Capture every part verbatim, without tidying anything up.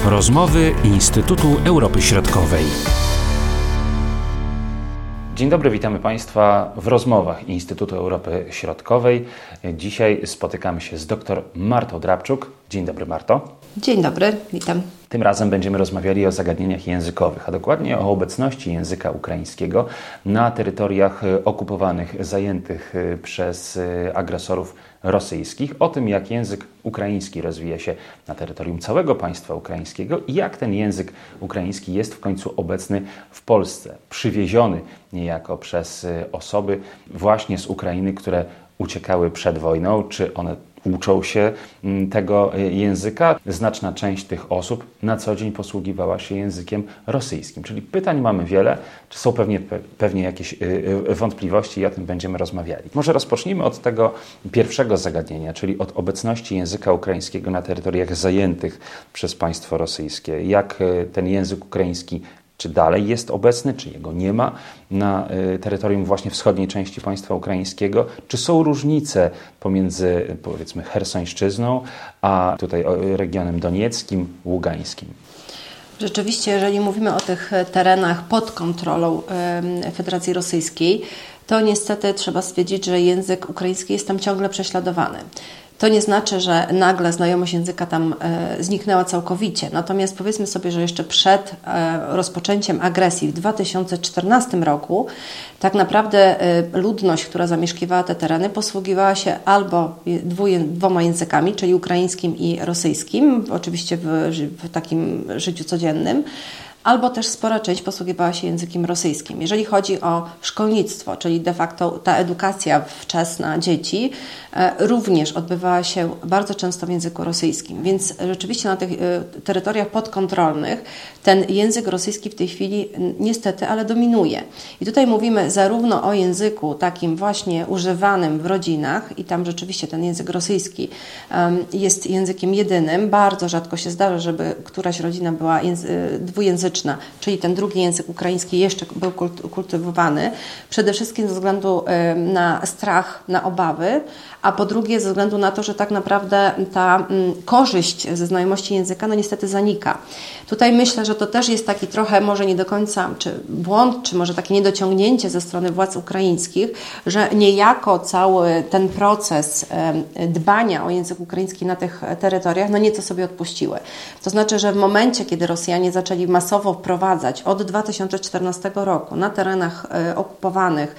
Rozmowy Instytutu Europy Środkowej. Dzień dobry, witamy Państwa w rozmowach Instytutu Europy Środkowej. Dzisiaj spotykamy się z dr Martą Drabczuk. Dzień dobry, Marto. Dzień dobry, witam. Tym razem będziemy rozmawiali o zagadnieniach językowych, a dokładnie o obecności języka ukraińskiego na terytoriach okupowanych, zajętych przez agresorów rosyjskich, o tym, jak język ukraiński rozwija się na terytorium całego państwa ukraińskiego i jak ten język ukraiński jest w końcu obecny w Polsce, przywieziony niejako przez osoby właśnie z Ukrainy, które uciekały przed wojną, czy one uczą się tego języka. Znaczna część tych osób na co dzień posługiwała się językiem rosyjskim. Czyli pytań mamy wiele, czy są pewnie, pewnie jakieś wątpliwości i o tym będziemy rozmawiali. Może rozpocznijmy od tego pierwszego zagadnienia, czyli od obecności języka ukraińskiego na terytoriach zajętych przez państwo rosyjskie. Jak ten język ukraiński czy dalej jest obecny, czy jego nie ma na terytorium właśnie wschodniej części państwa ukraińskiego? Czy są różnice pomiędzy, powiedzmy, Chersońszczyzną, a tutaj regionem donieckim, ługańskim? Rzeczywiście, jeżeli mówimy o tych terenach pod kontrolą Federacji Rosyjskiej, to niestety trzeba stwierdzić, że język ukraiński jest tam ciągle prześladowany. To nie znaczy, że nagle znajomość języka tam e, zniknęła całkowicie. Natomiast powiedzmy sobie, że jeszcze przed e, rozpoczęciem agresji w dwa tysiące czternastym roku tak naprawdę e, ludność, która zamieszkiwała te tereny, posługiwała się albo dwuje, dwoma językami, czyli ukraińskim i rosyjskim, oczywiście w, w takim życiu codziennym, albo też spora część posługiwała się językiem rosyjskim. Jeżeli chodzi o szkolnictwo, czyli de facto ta edukacja wczesna dzieci, e, również odbywała się bardzo często w języku rosyjskim. Więc rzeczywiście na tych e, terytoriach podkontrolnych ten język rosyjski w tej chwili niestety, ale dominuje. I tutaj mówimy zarówno o języku takim właśnie używanym w rodzinach i tam rzeczywiście ten język rosyjski um, jest językiem jedynym. Bardzo rzadko się zdarza, żeby któraś rodzina była języ- dwujęzyczna, czyli ten drugi język ukraiński jeszcze był kultywowany, przede wszystkim ze względu na strach, na obawy, a po drugie ze względu na to, że tak naprawdę ta korzyść ze znajomości języka no niestety zanika. Tutaj myślę, że to też jest taki trochę może nie do końca, czy błąd, czy może takie niedociągnięcie ze strony władz ukraińskich, że niejako cały ten proces dbania o język ukraiński na tych terytoriach no nieco sobie odpuściły. To znaczy, że w momencie, kiedy Rosjanie zaczęli masowo wprowadzać od dwa tysiące czternastego roku na terenach okupowanych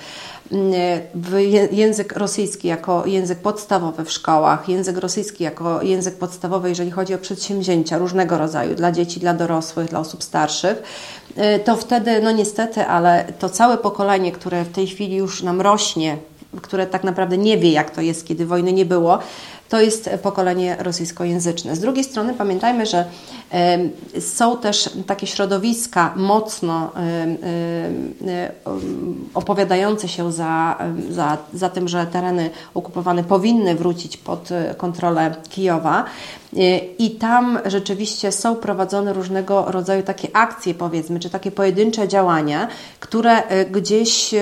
język rosyjski jako język podstawowy w szkołach, język rosyjski jako język podstawowy, jeżeli chodzi o przedsięwzięcia różnego rodzaju dla dzieci, dla dorosłych, dla osób starszych, to wtedy, no niestety, ale to całe pokolenie, które w tej chwili już nam rośnie, które tak naprawdę nie wie, jak to jest, kiedy wojny nie było, to jest pokolenie rosyjskojęzyczne. Z drugiej strony pamiętajmy, że y, są też takie środowiska mocno y, y, y, opowiadające się za, za, za tym, że tereny okupowane powinny wrócić pod kontrolę Kijowa. I tam rzeczywiście są prowadzone różnego rodzaju takie akcje, powiedzmy, czy takie pojedyncze działania, które gdzieś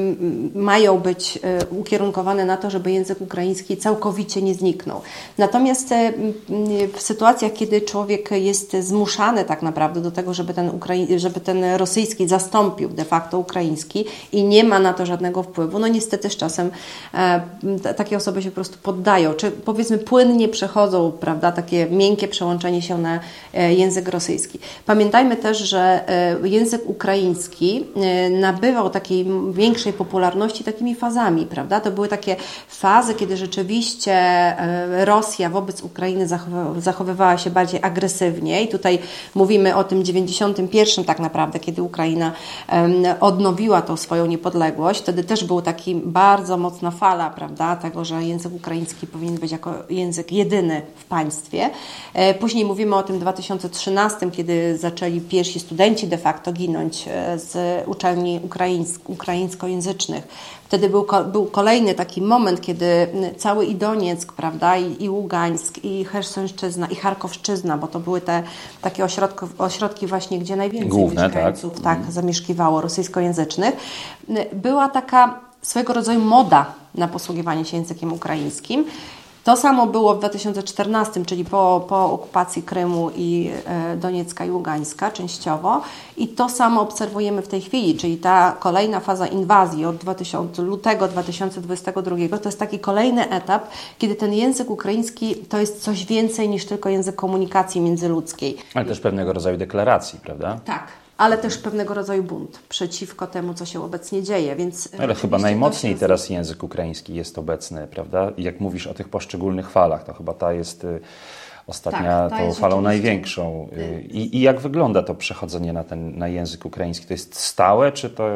mają być ukierunkowane na to, żeby język ukraiński całkowicie nie zniknął. Natomiast w sytuacjach, kiedy człowiek jest zmuszany tak naprawdę do tego, żeby ten, Ukrai- żeby ten rosyjski zastąpił de facto ukraiński i nie ma na to żadnego wpływu, no niestety z czasem e, takie osoby się po prostu poddają, czy powiedzmy płynnie przechodzą, prawda, takie miękkie przełączenie się na język rosyjski. Pamiętajmy też, że język ukraiński nabywał takiej większej popularności takimi fazami, prawda? To były takie fazy, kiedy rzeczywiście Rosja wobec Ukrainy zachowywała się bardziej agresywnie i tutaj mówimy o tym dziewięćdziesiątym pierwszym tak naprawdę, kiedy Ukraina odnowiła tą swoją niepodległość. Wtedy też była taka bardzo mocna fala, prawda, tego, że język ukraiński powinien być jako język jedyny w państwie. Później mówimy o tym dwa tysiące trzynastym, kiedy zaczęli pierwsi studenci de facto ginąć z uczelni ukraińskojęzycznych. Wtedy był, był kolejny taki moment, kiedy cały i Donieck, prawda, i, i Ługańsk, i Chersońszczyzna, i Charkowszczyzna, bo to były te takie ośrodki, ośrodki właśnie, gdzie najwięcej Główne, mieszkańców tak. tak, zamieszkiwało rosyjskojęzycznych. Była taka swego rodzaju moda na posługiwanie się językiem ukraińskim. To samo było w dwa tysiące czternastym, czyli po, po okupacji Krymu i e, Doniecka i Ługańska częściowo. I to samo obserwujemy w tej chwili, czyli ta kolejna faza inwazji od lutego dwa tysiące dwudziestego drugiego to jest taki kolejny etap, kiedy ten język ukraiński to jest coś więcej niż tylko język komunikacji międzyludzkiej. Ale też pewnego rodzaju deklaracji, prawda? Tak. Ale też pewnego rodzaju bunt przeciwko temu, co się obecnie dzieje. Więc ale chyba najmocniej teraz język ukraiński jest obecny, prawda? I jak mówisz o tych poszczególnych falach, to chyba ta jest ostatnia tak, tą falą największą. I, I jak wygląda to przechodzenie na ten na język ukraiński? To jest stałe, czy to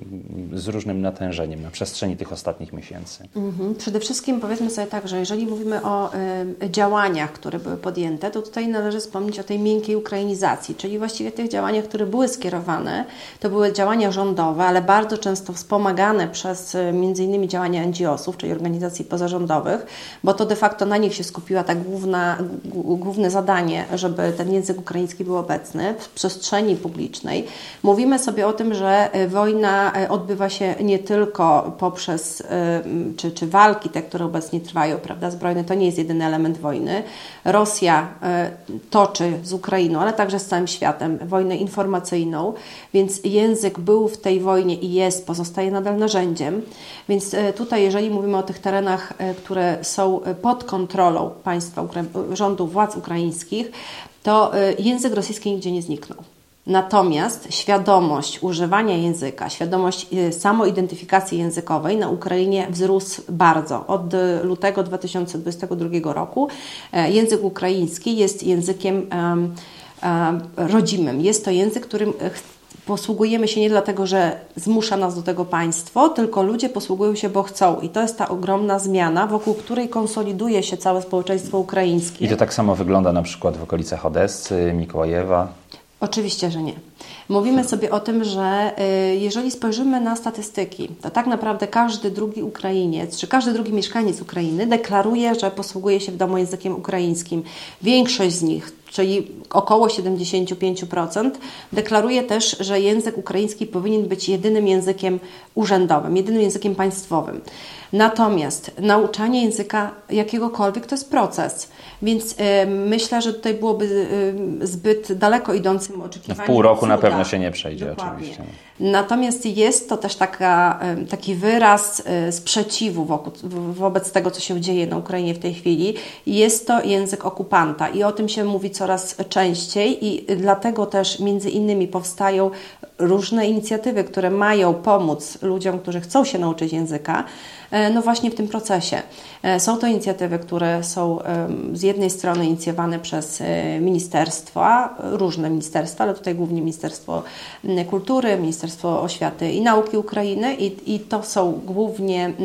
z różnym natężeniem na przestrzeni tych ostatnich miesięcy? Mhm. Przede wszystkim powiedzmy sobie tak, że jeżeli mówimy o y, działaniach, które były podjęte, to tutaj należy wspomnieć o tej miękkiej ukrainizacji, czyli właściwie tych działaniach, które były skierowane, to były działania rządowe, ale bardzo często wspomagane przez y, między innymi działania en dzi osów, czyli organizacji pozarządowych, bo to de facto na nich się skupiła ta główna główne zadanie, żeby ten język ukraiński był obecny w przestrzeni publicznej. Mówimy sobie o tym, że wojna odbywa się nie tylko poprzez, czy, czy walki te, które obecnie trwają, prawda, zbrojne, to nie jest jedyny element wojny. Rosja toczy z Ukrainą, ale także z całym światem wojnę informacyjną, więc język był w tej wojnie i jest, pozostaje nadal narzędziem. Więc tutaj, jeżeli mówimy o tych terenach, które są pod kontrolą państwa, rządu, władz ukraińskich, to język rosyjski nigdzie nie zniknął. Natomiast świadomość używania języka, świadomość samoidentyfikacji językowej na Ukrainie wzrósł bardzo. Od lutego dwa tysiące dwudziestego drugiego roku język ukraiński jest językiem um, um, rodzimym. Jest to język, którym posługujemy się nie dlatego, że zmusza nas do tego państwo, tylko ludzie posługują się, bo chcą. I to jest ta ogromna zmiana, wokół której konsoliduje się całe społeczeństwo ukraińskie. I to tak samo wygląda na przykład w okolicach Odessy, Mikołajewa? Oczywiście, że nie. Mówimy sobie o tym, że y, jeżeli spojrzymy na statystyki, to tak naprawdę każdy drugi Ukrainiec, czy każdy drugi mieszkaniec Ukrainy deklaruje, że posługuje się w domu językiem ukraińskim. Większość z nich, czyli około siedemdziesiąt pięć procent, deklaruje też, że język ukraiński powinien być jedynym językiem urzędowym, jedynym językiem państwowym. Natomiast nauczanie języka jakiegokolwiek to jest proces, więc y, myślę, że tutaj byłoby y, zbyt daleko idącym oczekiwaniem. W pół roku cuda. na pewno się nie przejdzie. Dokładnie. Oczywiście. Natomiast jest to też taka, taki wyraz sprzeciwu wokół, wobec tego, co się dzieje na Ukrainie w tej chwili. Jest to język okupanta i o tym się mówi coraz częściej i dlatego też między innymi powstają różne inicjatywy, które mają pomóc ludziom, którzy chcą się nauczyć języka, no właśnie w tym procesie. Są to inicjatywy, które są z jednej strony inicjowane przez ministerstwa, różne ministerstwa, ale tutaj głównie Ministerstwo Kultury, Ministerstwo Oświaty i Nauki Ukrainy i, i to są głównie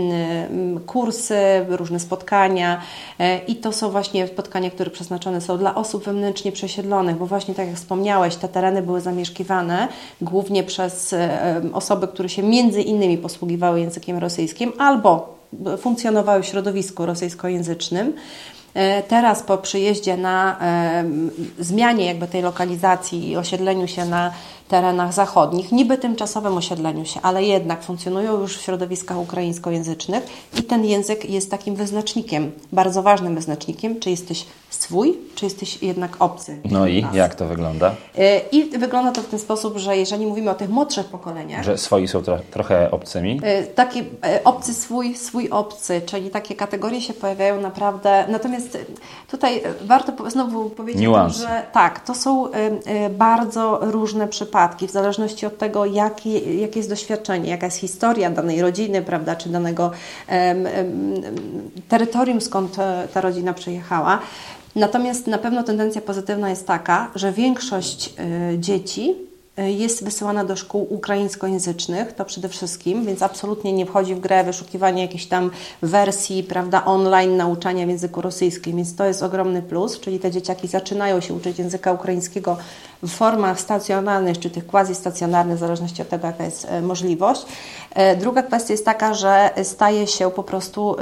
kursy, różne spotkania i to są właśnie spotkania, które przeznaczone są dla osób wewnętrznie przesiedlonych, bo właśnie tak jak wspomniałeś, te tereny były zamieszkiwane głównie przez osoby, które się między innymi posługiwały językiem rosyjskim albo funkcjonowały w środowisku rosyjskojęzycznym. Teraz po przyjeździe na e, zmianie jakby tej lokalizacji i osiedleniu się na terenach zachodnich, niby tymczasowym osiedleniu się, ale jednak funkcjonują już w środowiskach ukraińskojęzycznych i ten język jest takim wyznacznikiem, bardzo ważnym wyznacznikiem, czy jesteś swój, czy jesteś jednak obcy. No i nas. Jak to wygląda? I wygląda to w ten sposób, że jeżeli mówimy o tych młodszych pokoleniach... Że swoi są tro- trochę obcymi? Taki obcy swój, swój obcy, czyli takie kategorie się pojawiają naprawdę. Natomiast tutaj warto znowu powiedzieć, Niuans. że tak, to są bardzo różne przypadki, w zależności od tego, jakie, jakie jest doświadczenie, jaka jest historia danej rodziny, prawda, czy danego um, um, terytorium, skąd ta rodzina przyjechała. Natomiast na pewno tendencja pozytywna jest taka, że większość y, dzieci jest wysyłana do szkół ukraińskojęzycznych, to przede wszystkim, więc absolutnie nie wchodzi w grę wyszukiwanie jakiejś tam wersji, prawda, online nauczania w języku rosyjskim, więc to jest ogromny plus, czyli te dzieciaki zaczynają się uczyć języka ukraińskiego w formach stacjonarnych, czy tych quasi-stacjonarnych, w zależności od tego, jaka jest możliwość. Druga kwestia jest taka, że staje się po prostu um,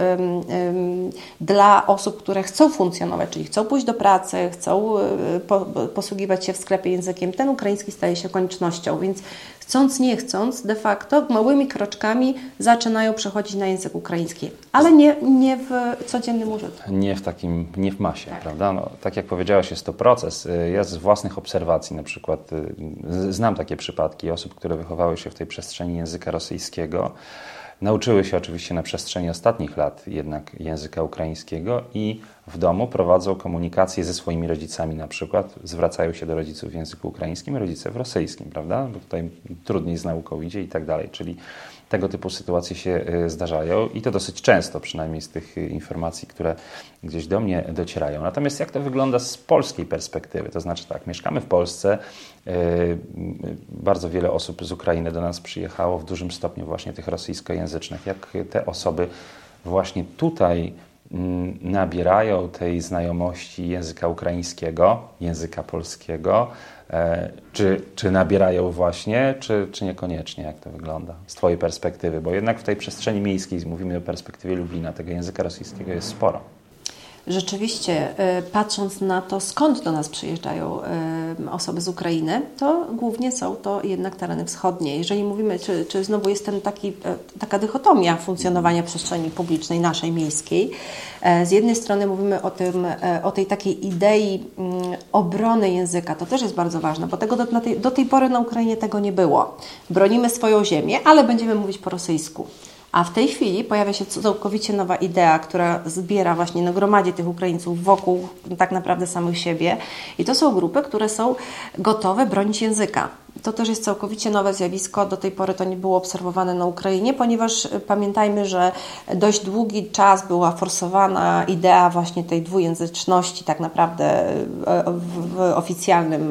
um, dla osób, które chcą funkcjonować, czyli chcą pójść do pracy, chcą po, posługiwać się w sklepie językiem, ten ukraiński staje się koniecznością, więc chcąc nie chcąc, de facto małymi kroczkami zaczynają przechodzić na język ukraiński, ale nie, nie w codziennym użytku. Nie w takim, nie w masie, tak. prawda? No, tak jak powiedziałaś, jest to proces. Ja z własnych obserwacji na przykład znam takie przypadki osób, które wychowały się w tej przestrzeni języka rosyjskiego, nauczyły się oczywiście na przestrzeni ostatnich lat jednak języka ukraińskiego i w domu prowadzą komunikację ze swoimi rodzicami na przykład, zwracają się do rodziców w języku ukraińskim, rodzice w rosyjskim, prawda? Bo tutaj trudniej z nauką idzie i tak dalej, czyli tego typu sytuacje się zdarzają i to dosyć często, przynajmniej z tych informacji, które gdzieś do mnie docierają. Natomiast jak to wygląda z polskiej perspektywy? To znaczy tak, mieszkamy w Polsce, bardzo wiele osób z Ukrainy do nas przyjechało, w dużym stopniu właśnie tych rosyjskojęzycznych. Jak te osoby właśnie tutaj nabierają tej znajomości języka ukraińskiego, języka polskiego, czy, czy nabierają właśnie, czy, czy niekoniecznie? Jak to wygląda z Twojej perspektywy? Bo jednak w tej przestrzeni miejskiej, mówimy o perspektywie Lublina, tego języka rosyjskiego jest sporo. Rzeczywiście, patrząc na to, skąd do nas przyjeżdżają osoby z Ukrainy, to głównie są to jednak tereny wschodnie. Jeżeli mówimy, czy, czy znowu jest ten taki, taka dychotomia funkcjonowania przestrzeni publicznej, naszej miejskiej. Z jednej strony mówimy o, tym, o tej takiej idei obrony języka, to też jest bardzo ważne, bo tego do, na tej, do tej pory na Ukrainie tego nie było. Bronimy swoją ziemię, ale będziemy mówić po rosyjsku. A w tej chwili pojawia się całkowicie nowa idea, która zbiera właśnie, no, gromadzi tych Ukraińców wokół tak naprawdę samych siebie. I to są grupy, które są gotowe bronić języka. To też jest całkowicie nowe zjawisko. Do tej pory to nie było obserwowane na Ukrainie, ponieważ pamiętajmy, że dość długi czas była forsowana idea właśnie tej dwujęzyczności tak naprawdę w oficjalnym,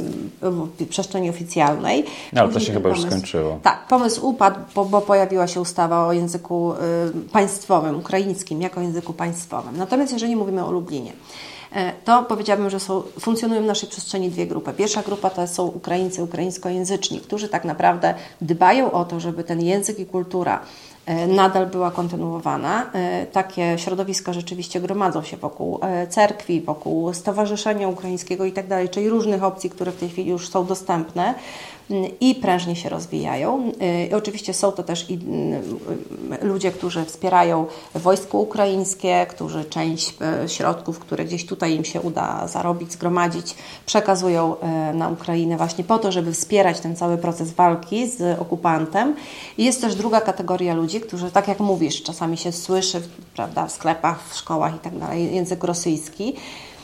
w przestrzeni oficjalnej. No, ale to się chyba już skończyło. Tak, pomysł upadł, bo, bo pojawiła się ustawa o języku państwowym, ukraińskim, jako języku państwowym. Natomiast jeżeli mówimy o Lublinie, to powiedziałabym, że są, funkcjonują w naszej przestrzeni dwie grupy. Pierwsza grupa to są Ukraińcy, ukraińskojęzyczni, którzy tak naprawdę dbają o to, żeby ten język i kultura nadal była kontynuowana. Takie środowiska rzeczywiście gromadzą się wokół cerkwi, wokół Stowarzyszenia Ukraińskiego i tak dalej, czyli różnych opcji, które w tej chwili już są dostępne i prężnie się rozwijają. I oczywiście są to też i ludzie, którzy wspierają wojsko ukraińskie, którzy część środków, które gdzieś tutaj im się uda zarobić, zgromadzić, przekazują na Ukrainę właśnie po to, żeby wspierać ten cały proces walki z okupantem. I jest też druga kategoria ludzi, którzy, tak jak mówisz, czasami się słyszy, prawda, w sklepach, w szkołach i tak dalej, język rosyjski.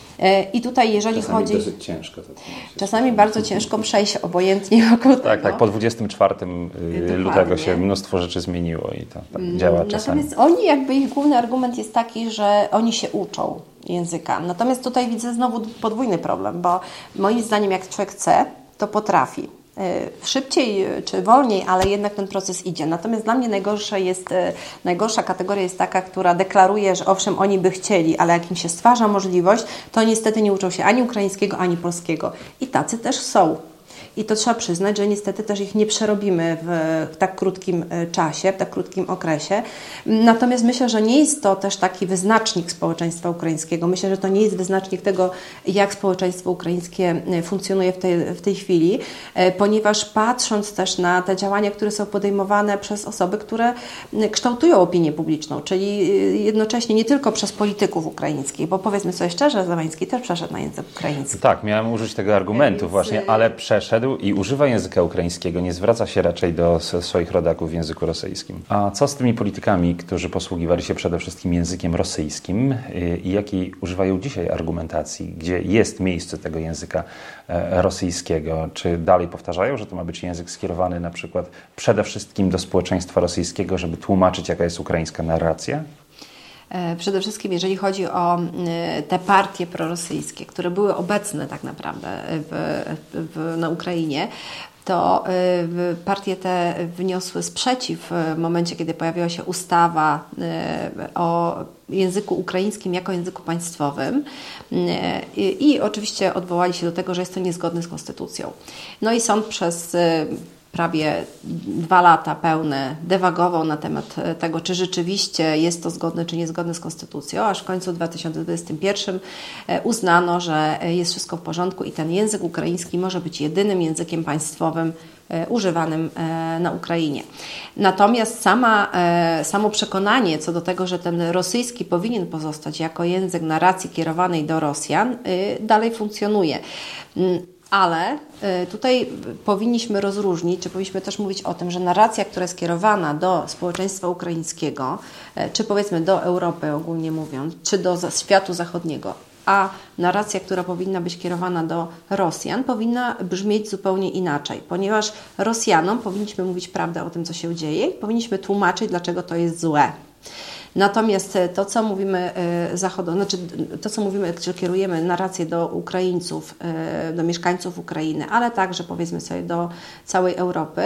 I tutaj, jeżeli czasami chodzi... dosyć ciężko. To czasami bardzo ciężko przejść obojętnie wokół tego. Tak, tak. Po dwudziestego czwartego lutego się mnóstwo rzeczy zmieniło i to tak działa czasami. Natomiast oni, jakby ich główny argument jest taki, że oni się uczą języka. Natomiast tutaj widzę znowu podwójny problem, bo moim zdaniem jak człowiek chce, to potrafi. Szybciej czy wolniej, ale jednak ten proces idzie. Natomiast dla mnie najgorsza jest, najgorsza kategoria jest taka, która deklaruje, że owszem, oni by chcieli, ale jak im się stwarza możliwość, to niestety nie uczą się ani ukraińskiego, ani polskiego. I tacy też są. I to trzeba przyznać, że niestety też ich nie przerobimy w tak krótkim czasie, w tak krótkim okresie. Natomiast myślę, że nie jest to też taki wyznacznik społeczeństwa ukraińskiego. Myślę, że to nie jest wyznacznik tego, jak społeczeństwo ukraińskie funkcjonuje w tej, w tej chwili, ponieważ patrząc też na te działania, które są podejmowane przez osoby, które kształtują opinię publiczną, czyli jednocześnie nie tylko przez polityków ukraińskich, bo powiedzmy sobie szczerze, Zełański też przeszedł na język ukraiński. Tak, miałem użyć tego argumentu Więc... właśnie, ale przeszedł i używa języka ukraińskiego, nie zwraca się raczej do swoich rodaków w języku rosyjskim. A co z tymi politykami, którzy posługiwali się przede wszystkim językiem rosyjskim i jakiej używają dzisiaj argumentacji, gdzie jest miejsce tego języka rosyjskiego? Czy dalej powtarzają, że to ma być język skierowany na przykład przede wszystkim do społeczeństwa rosyjskiego, żeby tłumaczyć, jaka jest ukraińska narracja? Przede wszystkim, jeżeli chodzi o te partie prorosyjskie, które były obecne tak naprawdę w, w, na Ukrainie, to partie te wniosły sprzeciw w momencie, kiedy pojawiła się ustawa o języku ukraińskim jako języku państwowym i, i oczywiście odwołali się do tego, że jest to niezgodne z konstytucją. No i sąd przez prawie dwa lata pełne dywagował na temat tego, czy rzeczywiście jest to zgodne, czy niezgodne z konstytucją, aż w końcu w dwa tysiące dwudziestym pierwszym uznano, że jest wszystko w porządku i ten język ukraiński może być jedynym językiem państwowym używanym na Ukrainie. Natomiast sama, samo przekonanie co do tego, że ten rosyjski powinien pozostać jako język narracji kierowanej do Rosjan, dalej funkcjonuje. Ale tutaj powinniśmy rozróżnić, czy powinniśmy też mówić o tym, że narracja, która jest kierowana do społeczeństwa ukraińskiego, czy powiedzmy do Europy ogólnie mówiąc, czy do światu zachodniego, a narracja, która powinna być kierowana do Rosjan, powinna brzmieć zupełnie inaczej, ponieważ Rosjanom powinniśmy mówić prawdę o tym, co się dzieje, powinniśmy tłumaczyć, dlaczego to jest złe. Natomiast to, co mówimy zachodu, znaczy to, co mówimy, czy kierujemy narrację do Ukraińców, do mieszkańców Ukrainy, ale także powiedzmy sobie do całej Europy,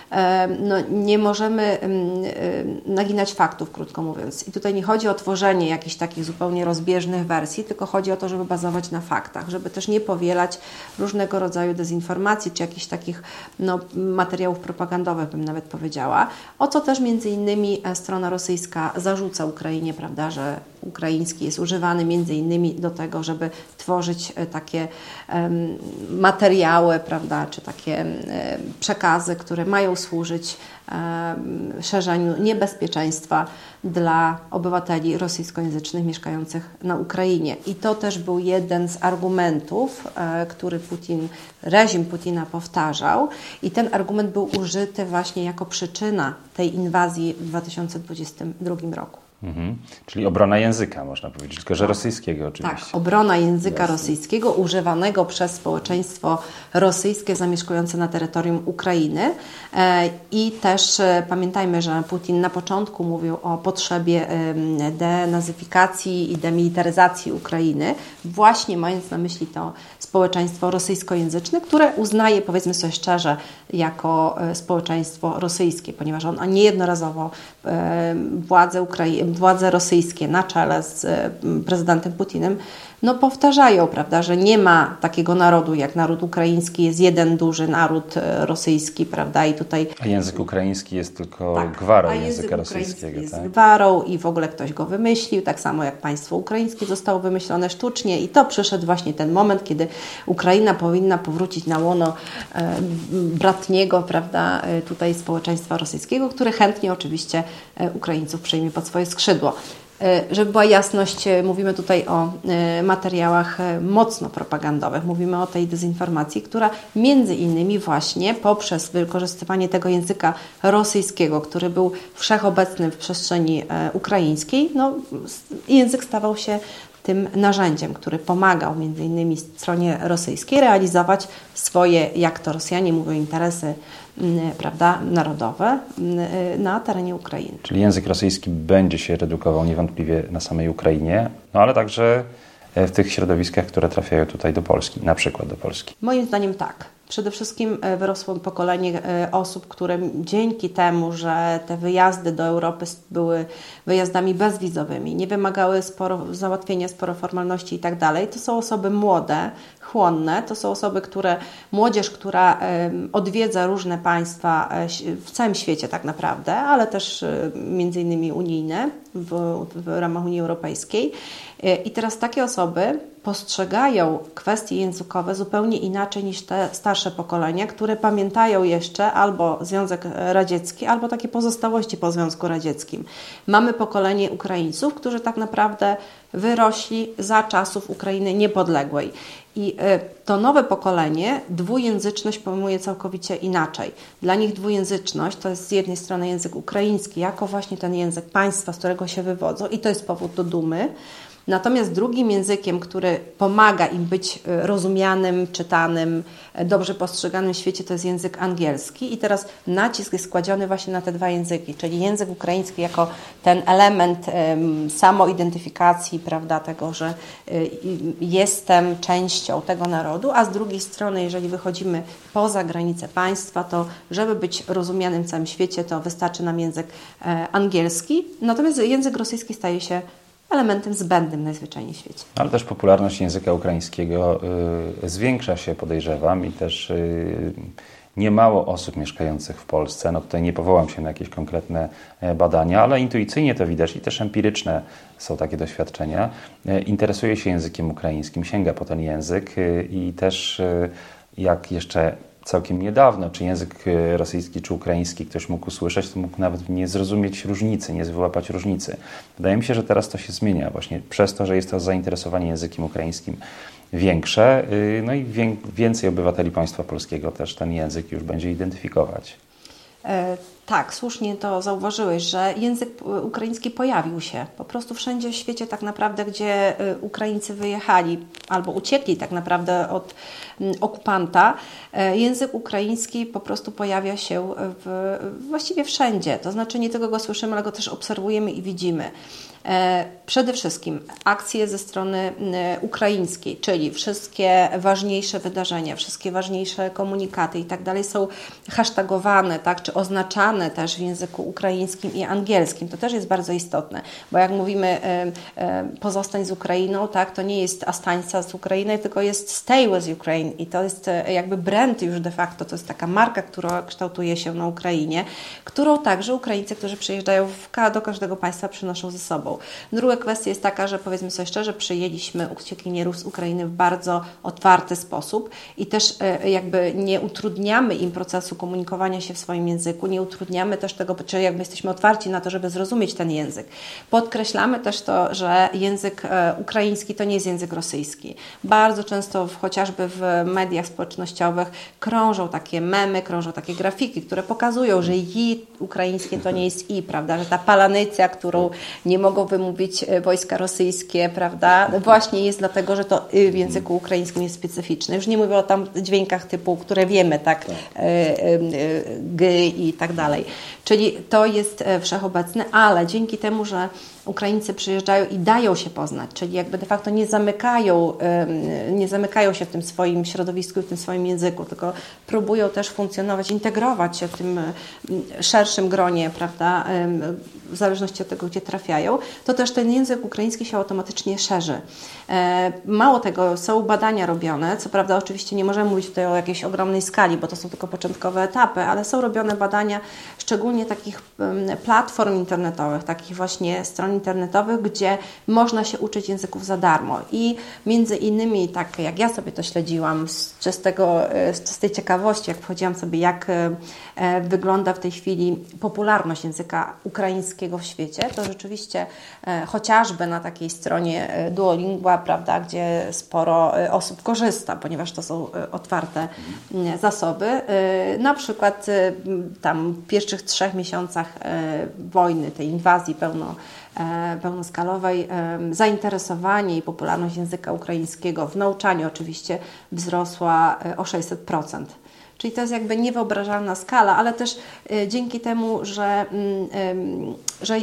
no nie możemy naginać faktów, krótko mówiąc. I tutaj nie chodzi o tworzenie jakichś takich zupełnie rozbieżnych wersji, tylko chodzi o to, żeby bazować na faktach, żeby też nie powielać różnego rodzaju dezinformacji, czy jakichś takich no, materiałów propagandowych, bym nawet powiedziała, o co też między innymi strona rosyjska zarzuca Ukrainie, prawda, że ukraiński jest używany między innymi do tego, żeby tworzyć takie um, materiały, prawda, czy takie um, przekazy, które mają służyć um, szerzeniu niebezpieczeństwa dla obywateli rosyjskojęzycznych mieszkających na Ukrainie. I to też był jeden z argumentów, e, który Putin, reżim Putina powtarzał i ten argument był użyty właśnie jako przyczyna tej inwazji w dwa tysiące dwudziestym drugim roku. Mhm. Czyli obrona języka, można powiedzieć, tylko że rosyjskiego oczywiście. Tak, obrona języka Jasne. rosyjskiego używanego przez społeczeństwo rosyjskie zamieszkujące na terytorium Ukrainy. I też pamiętajmy, że Putin na początku mówił o potrzebie denazyfikacji i demilitaryzacji Ukrainy, właśnie mając na myśli to społeczeństwo rosyjskojęzyczne, które uznaje, powiedzmy sobie szczerze, jako społeczeństwo rosyjskie, ponieważ on niejednorazowo władze Ukrainy, władze rosyjskie na czele z prezydentem Putinem no powtarzają, prawda, że nie ma takiego narodu jak naród ukraiński, jest jeden duży naród rosyjski, prawda, i tutaj... A język ukraiński jest tylko tak, gwarą a języka język rosyjskiego, jest tak? gwarą i w ogóle ktoś go wymyślił, tak samo jak państwo ukraińskie zostało wymyślone sztucznie i to przyszedł właśnie ten moment, kiedy Ukraina powinna powrócić na łono e, bratniego, prawda, e, tutaj społeczeństwa rosyjskiego, które chętnie oczywiście e, Ukraińców przyjmie pod swoje skrzydło. Żeby była jasność, mówimy tutaj o materiałach mocno propagandowych, mówimy o tej dezinformacji, która między innymi właśnie poprzez wykorzystywanie tego języka rosyjskiego, który był wszechobecny w przestrzeni ukraińskiej, no, język stawał się tym narzędziem, który pomagał między innymi stronie rosyjskiej realizować swoje, jak to Rosjanie mówią, interesy, prawda, narodowe na terenie Ukrainy. Czyli język rosyjski będzie się redukował niewątpliwie na samej Ukrainie, no ale także w tych środowiskach, które trafiają tutaj do Polski, na przykład do Polski. Moim zdaniem tak. Przede wszystkim wyrosło pokolenie osób, które dzięki temu, że te wyjazdy do Europy były wyjazdami bezwizowymi, nie wymagały sporo, załatwienia sporo formalności i tak dalej, to są osoby młode, chłonne, to są osoby, które, młodzież, która odwiedza różne państwa w całym świecie tak naprawdę, ale też między innymi unijne w, w ramach Unii Europejskiej. I teraz takie osoby postrzegają kwestie językowe zupełnie inaczej niż te starsze pokolenia, które pamiętają jeszcze albo Związek Radziecki, albo takie pozostałości po Związku Radzieckim. Mamy pokolenie Ukraińców, którzy tak naprawdę wyrośli za czasów Ukrainy niepodległej. I to nowe pokolenie dwujęzyczność pojmuje całkowicie inaczej. Dla nich dwujęzyczność to jest z jednej strony język ukraiński, jako właśnie ten język państwa, z którego się wywodzą i to jest powód do dumy. Natomiast drugim językiem, który pomaga im być rozumianym, czytanym, dobrze postrzeganym w świecie, to jest język angielski. I teraz nacisk jest kładziony właśnie na te dwa języki, czyli język ukraiński jako ten element um, samoidentyfikacji, prawda, tego, że y, jestem częścią tego narodu, a z drugiej strony, jeżeli wychodzimy poza granice państwa, to żeby być rozumianym w całym świecie, to wystarczy nam język e, angielski. Natomiast język rosyjski staje się elementem zbędnym najzwyczajniej w świecie. Ale też popularność języka ukraińskiego y, zwiększa się, podejrzewam, i też y, niemało osób mieszkających w Polsce, no tutaj nie powołam się na jakieś konkretne badania, ale intuicyjnie to widać i też empiryczne są takie doświadczenia, interesuje się językiem ukraińskim, sięga po ten język i też jak jeszcze całkiem niedawno, czy język rosyjski, czy ukraiński ktoś mógł usłyszeć, to mógł nawet nie zrozumieć różnicy, nie wyłapać różnicy. Wydaje mi się, że teraz to się zmienia właśnie przez to, że jest to zainteresowanie językiem ukraińskim większe, no i więcej obywateli państwa polskiego też ten język już będzie identyfikować. E, tak, słusznie to zauważyłeś, że język ukraiński pojawił się po prostu wszędzie w świecie tak naprawdę, gdzie Ukraińcy wyjechali albo uciekli tak naprawdę od okupanta. E, język ukraiński po prostu pojawia się w, właściwie wszędzie, to znaczy nie tylko go słyszymy, ale go też obserwujemy i widzimy. Przede wszystkim akcje ze strony ukraińskiej, czyli wszystkie ważniejsze wydarzenia, wszystkie ważniejsze komunikaty i tak dalej są hashtagowane, tak, czy oznaczane też w języku ukraińskim i angielskim. To też jest bardzo istotne, bo jak mówimy pozostań z Ukrainą, tak, to nie jest ostańca z Ukrainy, tylko jest stay with Ukraine i to jest jakby brand już de facto, to jest taka marka, która kształtuje się na Ukrainie, którą także Ukraińcy, którzy przyjeżdżają w, do każdego państwa, przynoszą ze sobą. Druga kwestia jest taka, że powiedzmy sobie szczerze, przyjęliśmy uciekinierów z Ukrainy w bardzo otwarty sposób i też jakby nie utrudniamy im procesu komunikowania się w swoim języku, nie utrudniamy też tego, czy jakby jesteśmy otwarci na to, żeby zrozumieć ten język. Podkreślamy też to, że język ukraiński to nie jest język rosyjski. Bardzo często w, chociażby w mediach społecznościowych krążą takie memy, krążą takie grafiki, które pokazują, że i ukraińskie to nie jest i, prawda, że ta palanycja, którą nie mogą wymówić wojska rosyjskie, prawda, właśnie jest dlatego, że to y w języku ukraińskim jest specyficzne. Już nie mówię o tam dźwiękach typu, które wiemy, tak, tak. Y, y, g i tak dalej. Czyli to jest wszechobecne, ale dzięki temu, że Ukraińcy przyjeżdżają i dają się poznać, czyli jakby de facto nie zamykają, nie zamykają się w tym swoim środowisku, w tym swoim języku, tylko próbują też funkcjonować, integrować się w tym szerszym gronie, prawda, w zależności od tego, gdzie trafiają, to też ten język ukraiński się automatycznie szerzy. Mało tego, są badania robione, co prawda oczywiście nie możemy mówić tutaj o jakiejś ogromnej skali, bo to są tylko początkowe etapy, ale są robione badania szczególnie takich platform internetowych, takich właśnie stron internetowych, gdzie można się uczyć języków za darmo i między innymi, tak jak ja sobie to śledziłam z, czystego, z czystej ciekawości, jak wchodziłam sobie, jak e, wygląda w tej chwili popularność języka ukraińskiego w świecie, to rzeczywiście e, chociażby na takiej stronie Duolingua, prawda, gdzie sporo e, osób korzysta, ponieważ to są e, otwarte e, zasoby. E, na przykład e, tam w pierwszych trzech miesiącach e, wojny, tej inwazji pełno pełnoskalowej, zainteresowanie i popularność języka ukraińskiego w nauczaniu oczywiście wzrosła o sześćset procent. Czyli to jest jakby niewyobrażalna skala, ale też dzięki temu, że, że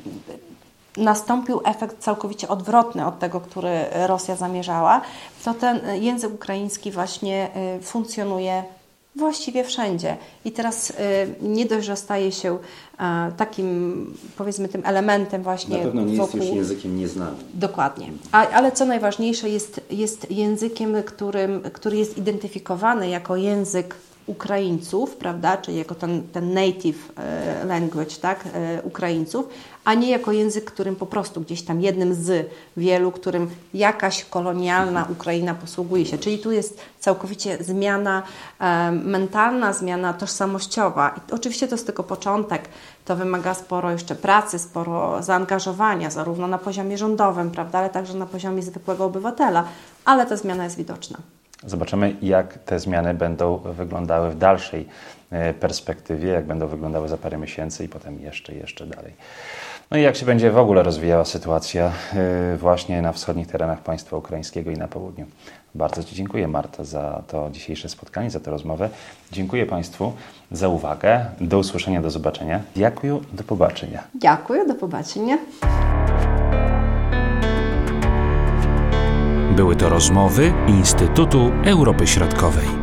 nastąpił efekt całkowicie odwrotny od tego, który Rosja zamierzała, to ten język ukraiński właśnie funkcjonuje właściwie wszędzie. I teraz y, nie dość, że staje się y, takim, powiedzmy, tym elementem właśnie na pewno nie wokół... jest już językiem nieznanym. Dokładnie. A, ale co najważniejsze, jest, jest językiem, którym, który jest identyfikowany jako język Ukraińców, prawda, czyli jako ten, ten native language, tak, Ukraińców, a nie jako język, którym po prostu gdzieś tam jednym z wielu, którym jakaś kolonialna Ukraina posługuje się. Czyli tu jest całkowicie zmiana e, mentalna, zmiana tożsamościowa. I oczywiście to jest tylko początek. To wymaga sporo jeszcze pracy, sporo zaangażowania, zarówno na poziomie rządowym, prawda, ale także na poziomie zwykłego obywatela. Ale ta zmiana jest widoczna. Zobaczymy, jak te zmiany będą wyglądały w dalszej perspektywie, jak będą wyglądały za parę miesięcy i potem jeszcze, jeszcze dalej. No i jak się będzie w ogóle rozwijała sytuacja właśnie na wschodnich terenach państwa ukraińskiego i na południu. Bardzo Ci dziękuję, Marta, za to dzisiejsze spotkanie, za tę rozmowę. Dziękuję Państwu za uwagę. Do usłyszenia, do zobaczenia. Dziękuję, do pobaczenia. Dziękuję, do pobaczenia. Były to rozmowy Instytutu Europy Środkowej.